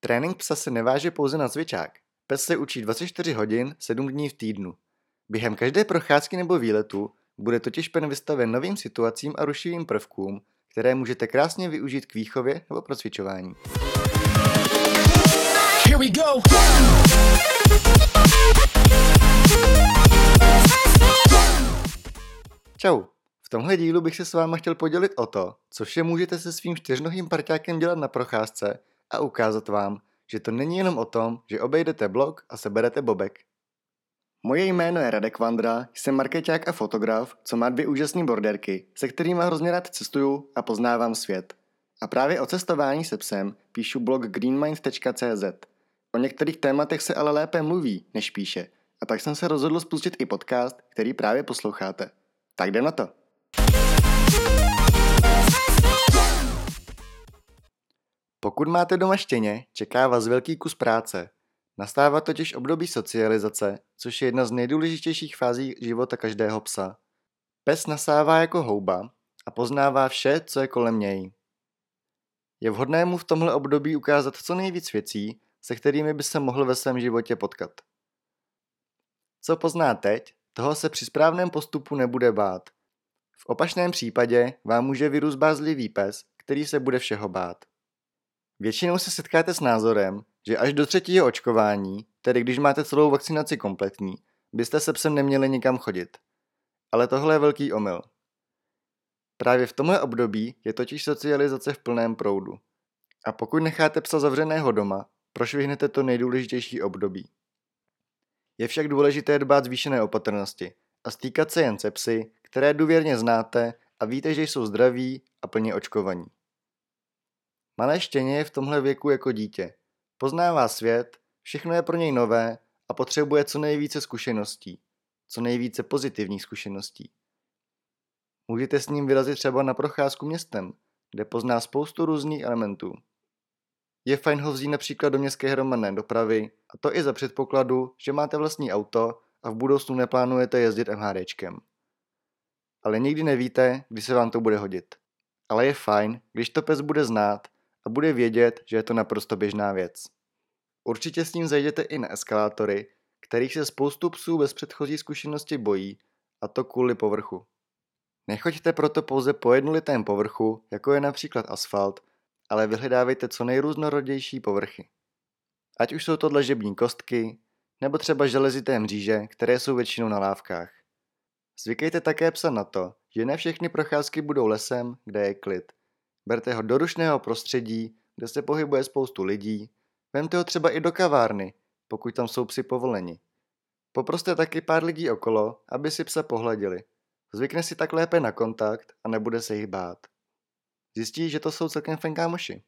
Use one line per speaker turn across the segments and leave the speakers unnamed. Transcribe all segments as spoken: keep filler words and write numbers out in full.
Trénink psa se neváže pouze na cvičák. Pes se učí dvacet čtyři hodin, sedm dní v týdnu. Během každé procházky nebo výletu bude totiž pen vystaven novým situacím a rušivým prvkům, které můžete krásně využít k výchově nebo pro cvičování. Here we go. Čau. V tomhle dílu bych se s váma chtěl podělit o to, co vše můžete se svým čtyřnohým parťákem dělat na procházce a ukázat vám, že to není jenom o tom, že obejdete blok a seberete bobek. Moje jméno je Radek Vandra, jsem markeťák a fotograf, co má dvě úžasné borderky, se kterými hrozně rád cestuju a poznávám svět. A právě o cestování se psem píšu blog greenmind tečka cé zet. O některých tématech se ale lépe mluví, než píše, a tak jsem se rozhodl spustit i podcast, který právě posloucháte. Tak jdem na to. Pokud máte doma štěně, čeká vás velký kus práce. Nastává totiž období socializace, což je jedna z nejdůležitějších fází života každého psa. Pes nasává jako houba a poznává vše, co je kolem něj. Je vhodné mu v tomhle období ukázat co nejvíc věcí, se kterými by se mohl ve svém životě potkat. Co pozná teď, toho se při správném postupu nebude bát. V opačném případě vám může vyrůst bázlivý pes, který se bude všeho bát. Většinou se setkáte s názorem, že až do třetího očkování, tedy když máte celou vakcinaci kompletní, byste se psem neměli nikam chodit. Ale tohle je velký omyl. Právě v tomhle období je totiž socializace v plném proudu. A pokud necháte psa zavřeného doma, prošvihnete to nejdůležitější období. Je však důležité dbát zvýšené opatrnosti a stýkat se jen se psy, které důvěrně znáte a víte, že jsou zdraví a plně očkovaní. Malé štěně je v tomhle věku jako dítě. Poznává svět, všechno je pro něj nové a potřebuje co nejvíce zkušeností, co nejvíce pozitivních zkušeností. Můžete s ním vyrazit třeba na procházku městem, kde pozná spoustu různých elementů. Je fajn ho vzít například do městské hromadné dopravy, a to i za předpokladu, že máte vlastní auto a v budoucnu neplánujete jezdit MHDčkem. Ale nikdy nevíte, kdy se vám to bude hodit. Ale je fajn, když to pes bude znát a bude vědět, že je to naprosto běžná věc. Určitě s ním zajděte i na eskalátory, kterých se spoustu psů bez předchozí zkušenosti bojí, a to kvůli povrchu. Nechoďte proto pouze po jednolitém povrchu, jako je například asfalt, ale vyhledávejte co nejrůznorodější povrchy. Ať už jsou to dlažební kostky, nebo třeba železité mříže, které jsou většinou na lávkách. Zvykejte také psa na to, že ne všechny procházky budou lesem, kde je klid. Berte ho do rušného prostředí, kde se pohybuje spoustu lidí. Vemte ho třeba i do kavárny, pokud tam jsou psi povoleni. Poproste taky pár lidí okolo, aby si psa pohladili. Zvykne si tak lépe na kontakt a nebude se jich bát. Zjistí, že to jsou celkem fajn kámoši.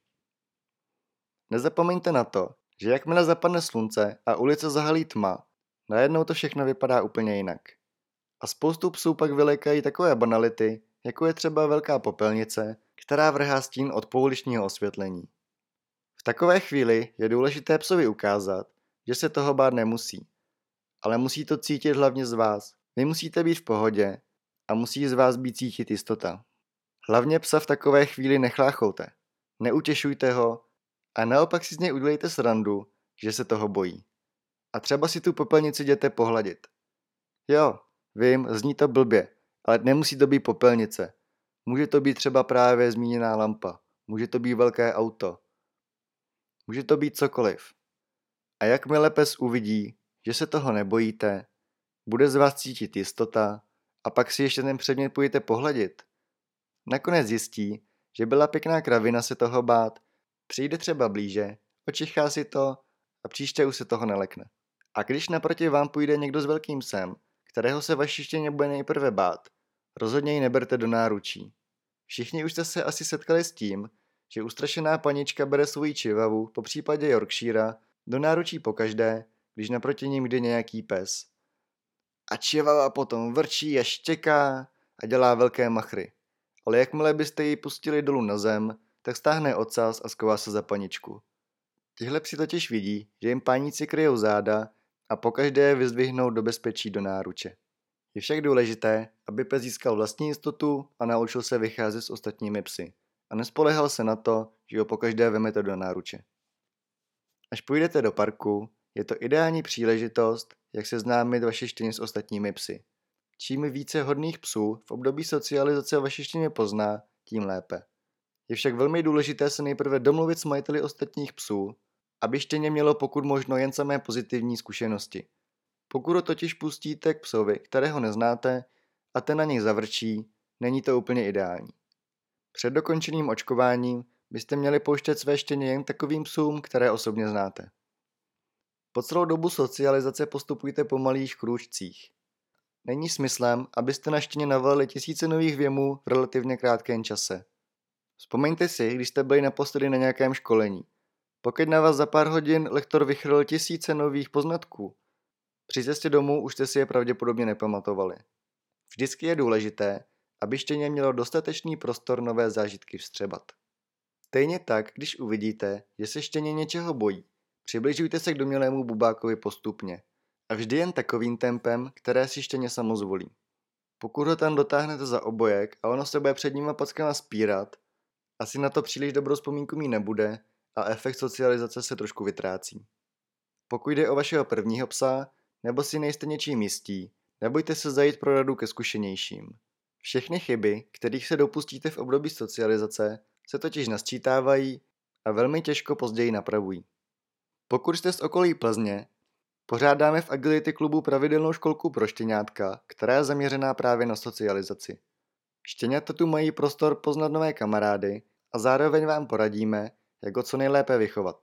Nezapomeňte na to, že jakmile zapadne slunce a ulice zahalí tma, najednou to všechno vypadá úplně jinak. A spoustu psů pak vylékají takové banality, jako je třeba velká popelnice, která vrhá stín od pouličního osvětlení. V takové chvíli je důležité psovi ukázat, že se toho bát nemusí, ale musí to cítit hlavně z vás. Vy musíte být v pohodě a musí z vás být cítit jistota. Hlavně psa v takové chvíli nechlácholte, neutěšujte ho a naopak si z něj udělejte srandu, že se toho bojí. A třeba si tu popelnici jděte pohladit. Jo, vím, zní to blbě, ale nemusí to být popelnice. Může to být třeba právě zmíněná lampa, může to být velké auto, může to být cokoliv. A jakmile pes uvidí, že se toho nebojíte, bude z vás cítit jistota a pak si ještě ten předmět půjdete pohladit. Nakonec zjistí, že byla pěkná kravina se toho bát, přijde třeba blíže, očichá si to a příště už se toho nelekne. A když naproti vám půjde někdo s velkým psem, kterého se vaši štěně bude nejprve bát, rozhodně ji neberte do náručí. Všichni už jste se asi setkali s tím, že ustrašená panička bere svoji čivavu, po případě Yorkshira, do náručí pokaždé, když naproti ním jde nějaký pes. A čivava potom vrčí a štěká a dělá velké machry. Ale jakmile byste ji pustili dolů na zem, tak stáhne ocas a sková se za paničku. Tihle psi totiž vidí, že jim páníci kryjou záda a pokaždé je vyzdvihnou do bezpečí do náruče. Je však důležité, aby pes získal vlastní jistotu a naučil se vycházet s ostatními psy a nespolehal se na to, že ho pokaždé vemete do náruče. Až půjdete do parku, je to ideální příležitost, jak seznámit vaše štěně s ostatními psy. Čím více hodných psů v období socializace vaše štěně pozná, tím lépe. Je však velmi důležité se nejprve domluvit s majiteli ostatních psů, aby štěně mělo pokud možno jen samé pozitivní zkušenosti. Pokud ho totiž pustíte k psovi, kterého neznáte, a ten na něj zavrčí, není to úplně ideální. Před dokončeným očkováním byste měli pouštět své štěně jen takovým psům, které osobně znáte. Po celou dobu socializace postupujte po malých krůčcích. Není smyslem, abyste na štěně navalili tisíce nových věmů v relativně krátkém čase. Vzpomeňte si, když jste byli naposledy na nějakém školení. Pokud na vás za pár hodin lektor vychrlil tisíce nových poznatků, při cestě domů už jste si je pravděpodobně nepamatovali. Vždycky je důležité, aby štěně mělo dostatečný prostor nové zážitky vstřebat. Stejně tak, když uvidíte, že se štěně něčeho bojí, přibližujte se k domnělému bubákovi postupně a vždy jen takovým tempem, které si štěně samo zvolí. Pokud ho tam dotáhnete za obojek a ono se bude před nima packama spírat, asi na to příliš dobrou vzpomínku mít nebude a efekt socializace se trošku vytrácí. Pokud jde o vašeho prvního psa, nebo si nejste něčím jistí, nebojte se zajít pro radu ke zkušenějším. Všechny chyby, kterých se dopustíte v období socializace, se totiž nasčítávají a velmi těžko později napravují. Pokud jste z okolí Plzně, pořádáme v Agility klubu pravidelnou školku pro štěňátka, která je zaměřená právě na socializaci. Štěňata tu mají prostor poznat nové kamarády a zároveň vám poradíme, jak ho co nejlépe vychovat.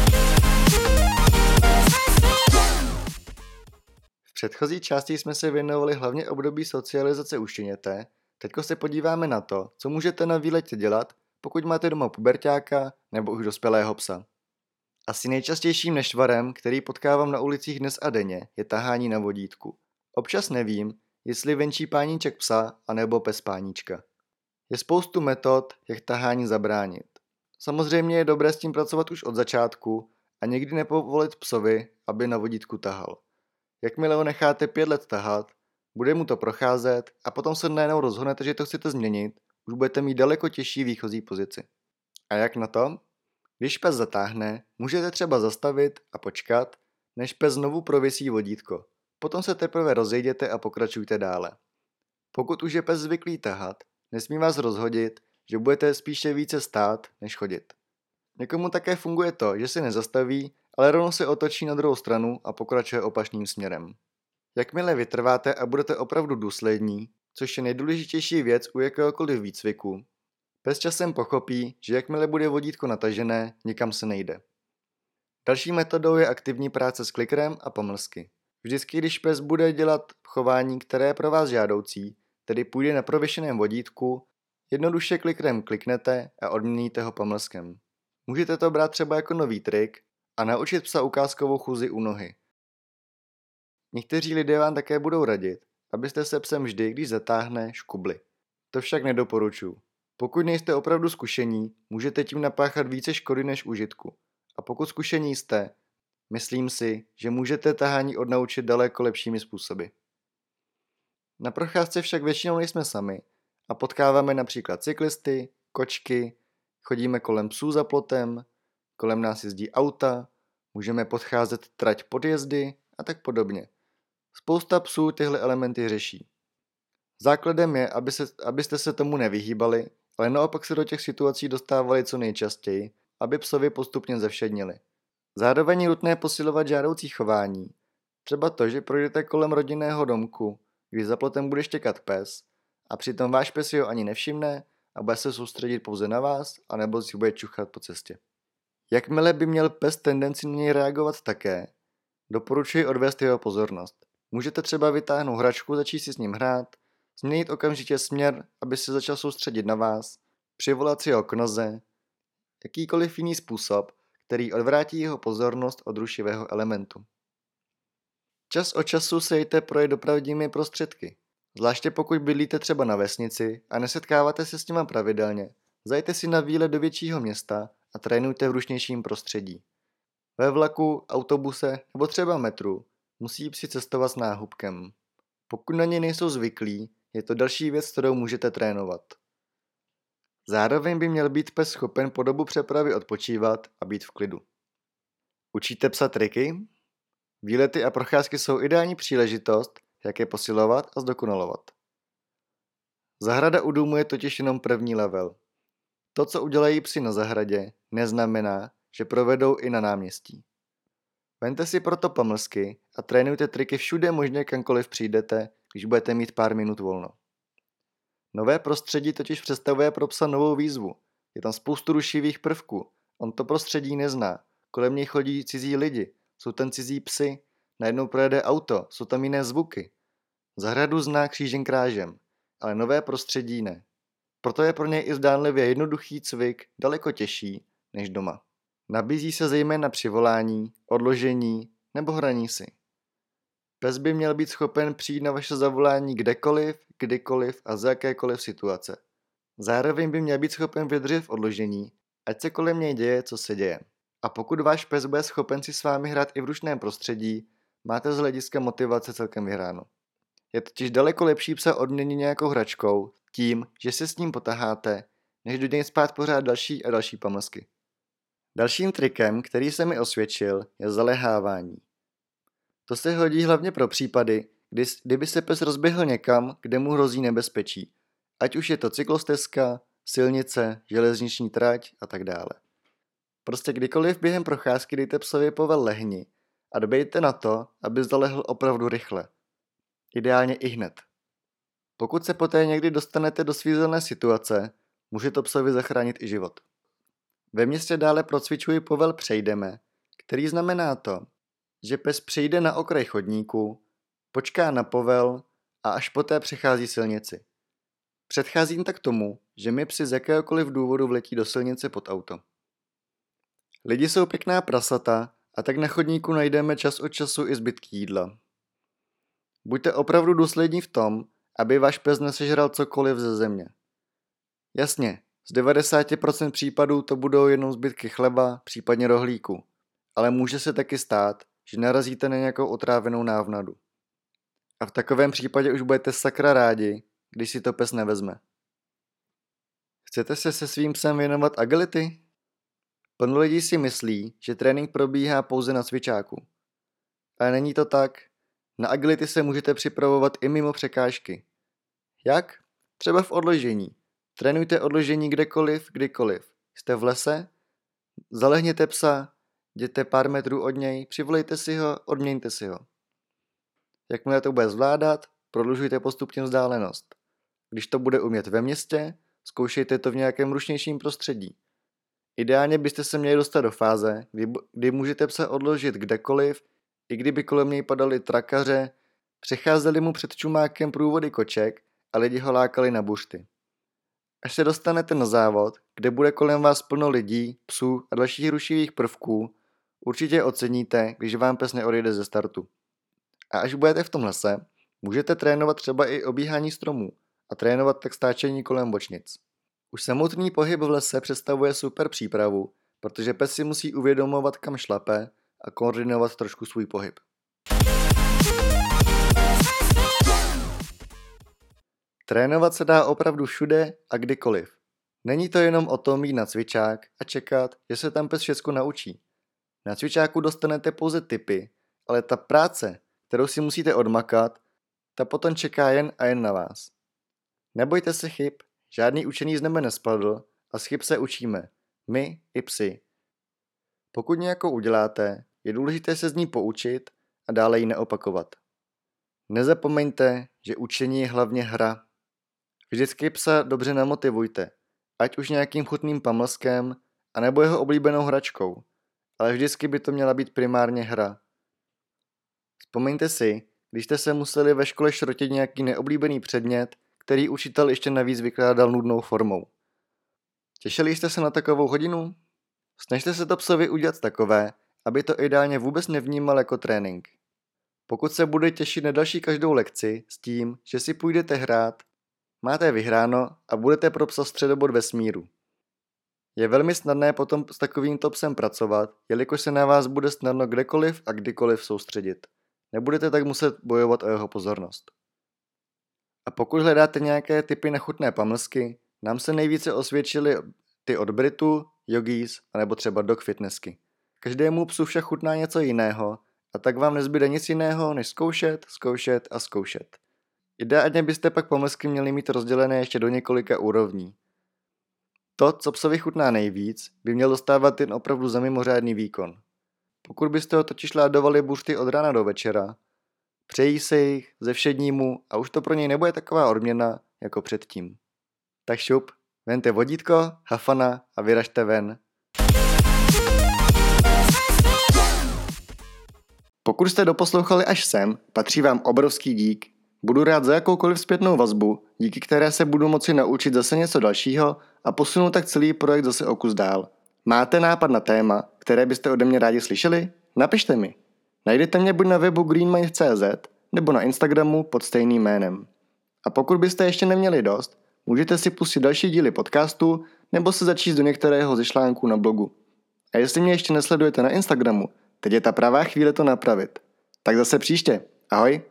V předchozí části jsme se věnovali hlavně období socializace u štěněte, teďko se podíváme na to, co můžete na výletě dělat, pokud máte doma puberťáka nebo už dospělého psa. Asi nejčastějším nešvarem, který potkávám na ulicích dnes a denně, je tahání na vodítku. Občas nevím, jestli venčí páníček psa anebo pes páníčka. Je spoustu metod, jak tahání zabránit. Samozřejmě je dobré s tím pracovat už od začátku a nikdy nepovolit psovi, aby na vodítku tahal. Jakmile ho necháte pět let tahat, bude mu to procházet a potom se najednou rozhodnete, že to chcete změnit, už budete mít daleko těžší výchozí pozici. A jak na to? Když pes zatáhne, můžete třeba zastavit a počkat, než pes znovu provisí vodítko. Potom se teprve rozejděte a pokračujte dále. Pokud už je pes zvyklý tahat, nesmí vás rozhodit, že budete spíše více stát, než chodit. Někomu také funguje to, že se nezastaví, ale rovnou se otočí na druhou stranu a pokračuje opačným směrem. Jakmile vytrváte a budete opravdu důslední, což je nejdůležitější věc u jakéhokoliv výcviku, pes časem pochopí, že jakmile bude vodítko natažené, nikam se nejde. Další metodou je aktivní práce s klikrem a pomlsky. Vždycky, když pes bude dělat chování, které je pro vás žádoucí, tedy půjde na prověšeném vodítku, jednoduše klikrem kliknete a odměníte ho pomlskem. Můžete to brát třeba jako nový trik a naučit psa ukázkovou chůzi u nohy. Někteří lidé vám také budou radit, abyste se psem vždy, když zatáhne, škubli. To však nedoporučuji. Pokud nejste opravdu zkušení, můžete tím napáchat více škody než užitku. A pokud zkušení jste, myslím si, že můžete tahání odnaučit daleko lepšími způsoby. Na procházce však většinou nejsme sami a potkáváme například cyklisty, kočky, chodíme kolem psů za plotem, kolem nás jezdí auta, můžeme podcházet trať podjezdy a tak podobně. Spousta psů tyhle elementy řeší. Základem je, aby se, abyste se tomu nevyhýbali, ale naopak se do těch situací dostávali co nejčastěji, aby psovi postupně zevšednili. Zároveň je nutné posilovat žádoucí chování. Třeba to, že projdete kolem rodinného domku, kdy za plotem bude štěkat pes a přitom váš pes si ho ani nevšimne a bude se soustředit pouze na vás, anebo si bude čuchat po cestě. Jakmile by měl pes tendenci na něj reagovat také, doporučuji odvést jeho pozornost. Můžete třeba vytáhnout hračku, začít si s ním hrát, změnit okamžitě směr, aby se začal soustředit na vás, přivolat si ho k noze, jakýkoliv jiný způsob, který odvrátí jeho pozornost od rušivého elementu. Čas od času se jděte projet dopravními prostředky. Zvláště pokud bydlíte třeba na vesnici a nesetkáváte se s nima pravidelně, zajděte si na výlet do většího města a trénujte v rušnějším prostředí. Ve vlaku, autobuse nebo třeba metru musí psi cestovat s náhubkem. Pokud na ně nejsou zvyklí, je to další věc, kterou můžete trénovat. Zároveň by měl být pes schopen po dobu přepravy odpočívat a být v klidu. Učíte psa triky? Výlety a procházky jsou ideální příležitost, jak je posilovat a zdokonalovat. Zahrada u důmu je totiž jenom první level. To, co udělají psi na zahradě, neznamená, že provedou i na náměstí. Vemte si proto pamlsky a trénujte triky všude možně, kamkoliv přijdete, když budete mít pár minut volno. Nové prostředí totiž představuje pro psa novou výzvu. Je tam spoustu rušivých prvků. On to prostředí nezná. Kolem něj chodí cizí lidi. Jsou tam cizí psy. Najednou projede auto. Jsou tam jiné zvuky. Zahradu zná křížem krážem, ale nové prostředí ne. Proto je pro něj i zdánlivě jednoduchý cvik daleko těžší než doma. Nabízí se zejména při volání, odložení nebo hraní si. Pes by měl být schopen přijít na vaše zavolání kdekoliv, kdykoliv a za jakékoliv situace. Zároveň by měl být schopen vydržet v odložení, ať se kolem něj děje, co se děje. A pokud váš pes bude schopen si s vámi hrát i v rušném prostředí, máte z hlediska motivace celkem vyhráno. Je totiž daleko lepší psa odměnit nějakou hračkou tím, že se s ním potaháte, než do něj spát pořád další a další pamlsky. Dalším trikem, který se mi osvědčil, je zalehávání. To se hodí hlavně pro případy, kdy, kdyby se pes rozběhl někam, kde mu hrozí nebezpečí, ať už je to cyklostezka, silnice, železniční trať a tak dále. Prostě kdykoliv během procházky dejte psovi povel lehni a dbejte na to, aby zalehl opravdu rychle. Ideálně i hned. Pokud se poté někdy dostanete do svízelné situace, může to psovi zachránit i život. Ve městě dále procvičuji povel přejdeme, který znamená to, že pes přejde na okraj chodníku, počká na povel a až poté přechází silnici. Předcházím tak tomu, že mi psi z jakéhokoliv důvodu vletí do silnice pod auto. Lidi jsou pěkná prasata a tak na chodníku najdeme čas od času i zbytky jídla. Buďte opravdu důslední v tom, aby váš pes nesežral cokoliv ze země. Jasně, z devadesát procent případů to budou jenom zbytky chleba, případně rohlíku, ale může se taky stát, že narazíte na nějakou otrávenou návnadu. A v takovém případě už budete sakra rádi, když si to pes nevezme. Chcete se se svým psem věnovat agility? Plno lidí si myslí, že trénink probíhá pouze na cvičáku. Ale není to tak. Na agility se můžete připravovat i mimo překážky. Jak? Třeba v odložení. Trénujte odložení kdekoliv, kdykoliv. Jste v lese? Zalehněte psa, jděte pár metrů od něj, přivolejte si ho, odměňte si ho. Jakmile to bude zvládat, prodlužujte postupně vzdálenost. Když to bude umět ve městě, zkoušejte to v nějakém rušnějším prostředí. Ideálně byste se měli dostat do fáze, kdy, kdy můžete psa odložit kdekoliv, i kdyby kolem něj padaly trakaře, přecházeli mu před čumákem průvody koček a lidi ho lákali na bušty. Až se dostanete na závod, kde bude kolem vás plno lidí, psů a dalších rušivých prvků, určitě oceníte, když vám pes neodjede ze startu. A až budete v tom lese, můžete trénovat třeba i obíhání stromů a trénovat tak stáčení kolem bočnic. Už samotný pohyb v lese představuje super přípravu, protože pes si musí uvědomovat, kam šlape a koordinovat trošku svůj pohyb. Trénovat se dá opravdu všude a kdykoliv. Není to jenom o tom jít na cvičák a čekat, že se tam pes všechno naučí. Na cvičáku dostanete pouze tipy, ale ta práce, kterou si musíte odmakat, ta potom čeká jen a jen na vás. Nebojte se chyb, žádný učený z nebe nespadl a z chyb se učíme, my i psi. Pokud nějakou uděláte, je důležité se z ní poučit a dále ji neopakovat. Nezapomeňte, že učení je hlavně hra. Vždycky psa dobře namotivujte, ať už nějakým chutným pamlskem, anebo jeho oblíbenou hračkou, ale vždycky by to měla být primárně hra. Vzpomeňte si, když jste se museli ve škole šrotit nějaký neoblíbený předmět, který učitel ještě navíc vykládal nudnou formou. Těšili jste se na takovou hodinu? Snažte se to psovi udělat takové, aby to ideálně vůbec nevnímal jako trénink. Pokud se bude těšit na další každou lekci s tím, že si půjdete hrát, máte vyhráno a budete pro psa středobod vesmíru. Je velmi snadné potom s takovýmto psem pracovat, jelikož se na vás bude snadno kdekoliv a kdykoliv soustředit. Nebudete tak muset bojovat o jeho pozornost. A pokud hledáte nějaké typy na chutné pamlsky, nám se nejvíce osvědčily ty od Britu, Yogis anebo třeba Dog Fitnessky. Každému psu však chutná něco jiného a tak vám nezbyde nic jiného, než zkoušet, zkoušet a zkoušet. Ideálně byste pak pomlsky měli mít rozdělené ještě do několika úrovní. To, co psovi chutná nejvíc, by měl dostávat jen opravdu za mimořádný výkon. Pokud byste ho totiž ládovali buřty od rána do večera, přejí se jich, zevšední mu a už to pro něj nebude taková odměna jako předtím. Tak šup, vemte vodítko, hafana a vyražte ven. Pokud jste doposlouchali až sem, patří vám obrovský dík. Budu rád za jakoukoliv zpětnou vazbu, díky které se budu moci naučit zase něco dalšího a posunu tak celý projekt zase o kus dál. Máte nápad na téma, které byste ode mě rádi slyšeli? Napište mi. Najdete mě buď na webu greenmind tečka cé zet nebo na Instagramu pod stejným jménem. A pokud byste ještě neměli dost, můžete si pustit další díly podcastu nebo se začíst do některého ze článků na blogu. A jestli mě ještě nesledujete na Instagramu, teď je ta pravá chvíle to napravit. Tak zase příště. Ahoj.